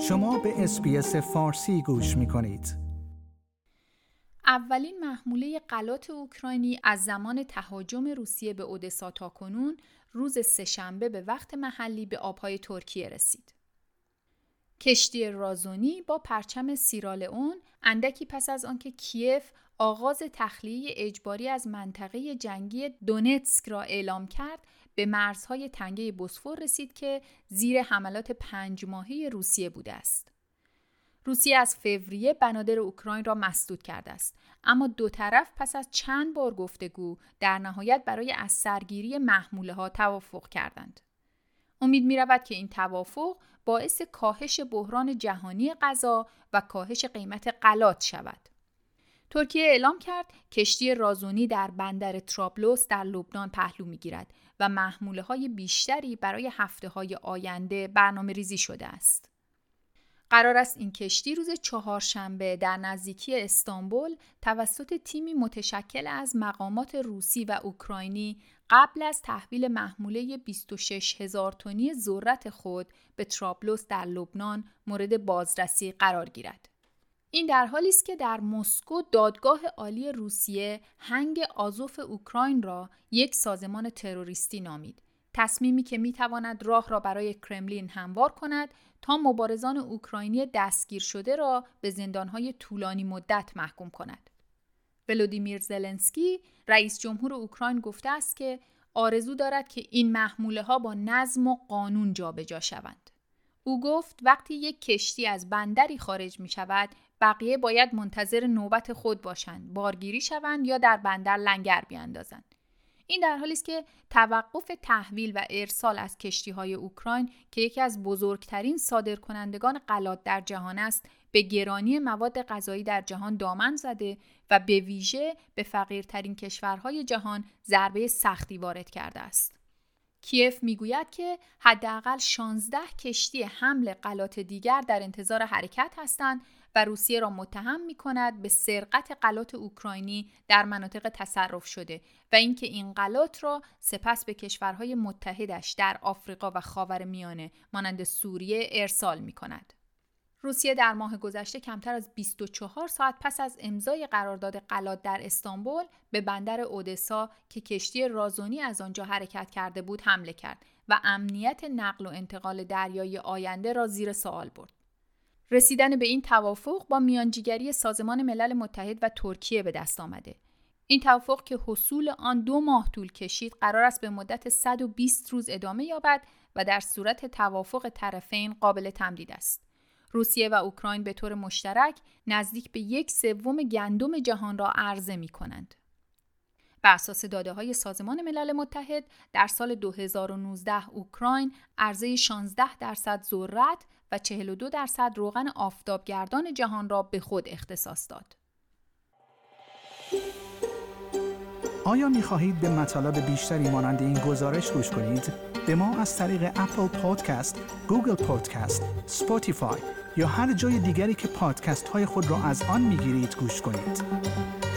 شما به SBS فارسی گوش می‌کنید. اولین محموله غلات اوکراینی از زمان تهاجم روسیه به اودسا تاکنون روز سه‌شنبه به وقت محلی به آبهای ترکیه رسید. کشتی رازونی با پرچم سیرالئون اندکی پس از آنکه کیف آغاز تخلیه اجباری از منطقه جنگی دونتسک را اعلام کرد، به مرزهای تنگه بوسفور رسید که زیر حملات 5 ماهه روسیه بوده است. روسیه از فوریه بنادر اوکراین را مسدود کرده است، اما دو طرف پس از چند بار گفتگو در نهایت برای از سرگیری محموله‌ها توافق کردند. امید می‌رود که این توافق باعث کاهش بحران جهانی غذا و کاهش قیمت غلات شود. ترکیه اعلام کرد کشتی رازونی در بندر طرابلس در لبنان پهلو می‌گیرد و محموله‌های بیشتری برای هفته‌های آینده برنامه‌ریزی شده است. قرار است این کشتی روز چهارشنبه در نزدیکی استانبول توسط تیمی متشکل از مقامات روسی و اوکراینی قبل از تحویل محموله 26,000 تنی ذرت خود به طرابلس در لبنان مورد بازرسی قرار گیرد. این در حالی است که در مسکو دادگاه عالی روسیه هنگ آزوف اوکراین را یک سازمان تروریستی نامید. تصمیمی که میتواند راه را برای کرملین هموار کند تا مبارزان اوکراینی دستگیر شده را به زندانهای طولانی مدت محکوم کند. ولودیمیر زلنسکی رئیس جمهور اوکراین گفته است که آرزو دارد که این محموله‌ها با نظم و قانون جابجا شوند. او گفت وقتی یک کشتی از بندری خارج می شود، بقیه باید منتظر نوبت خود باشند، بارگیری شوند یا در بندر لنگر بیاندازند. این در حالی است که توقف تحویل و ارسال از کشتی‌های اوکراین که یکی از بزرگترین صادرکنندگان غلات در جهان است، به گرانی مواد غذایی در جهان دامن زده و به ویژه به فقیرترین کشورهای جهان ضربه سختی وارد کرده است. کیف میگوید که حداقل 16 کشتی حمل غلات دیگر در انتظار حرکت هستند و روسیه را متهم می‌کند به سرقت غلات اوکراینی در مناطق تصرف شده و اینکه این غلات را سپس به کشورهای متحدش در آفریقا و خاورمیانه مانند سوریه ارسال می‌کند. روسیه در ماه گذشته کمتر از 24 ساعت پس از امضای قرارداد غلات در استانبول به بندر اودسا که کشتی رازونی از آنجا حرکت کرده بود حمله کرد و امنیت نقل و انتقال دریایی آینده را زیر سوال برد. رسیدن به این توافق با میانجیگری سازمان ملل متحد و ترکیه به دست آمده. این توافق که حصول آن 2 ماه طول کشید قرار است به مدت 120 روز ادامه یابد و در صورت توافق طرفین قابل تمدید است. روسیه و اوکراین به طور مشترک نزدیک به 1/3 گندم جهان را عرضه می کنند. بر اساس داده‌های سازمان ملل متحد در سال 2019 اوکراین عرضه 16% ذرت و 42% روغن آفتابگردان جهان را به خود اختصاص داد. آیا می‌خواهید به مطالب بیشتری مانند این گزارش گوش کنید؟ به ما از طریق اپل پادکست، گوگل پادکست، اسپاتیفای یا هر جای دیگری که پادکست‌های خود را از آن می‌گیرید گوش کنید.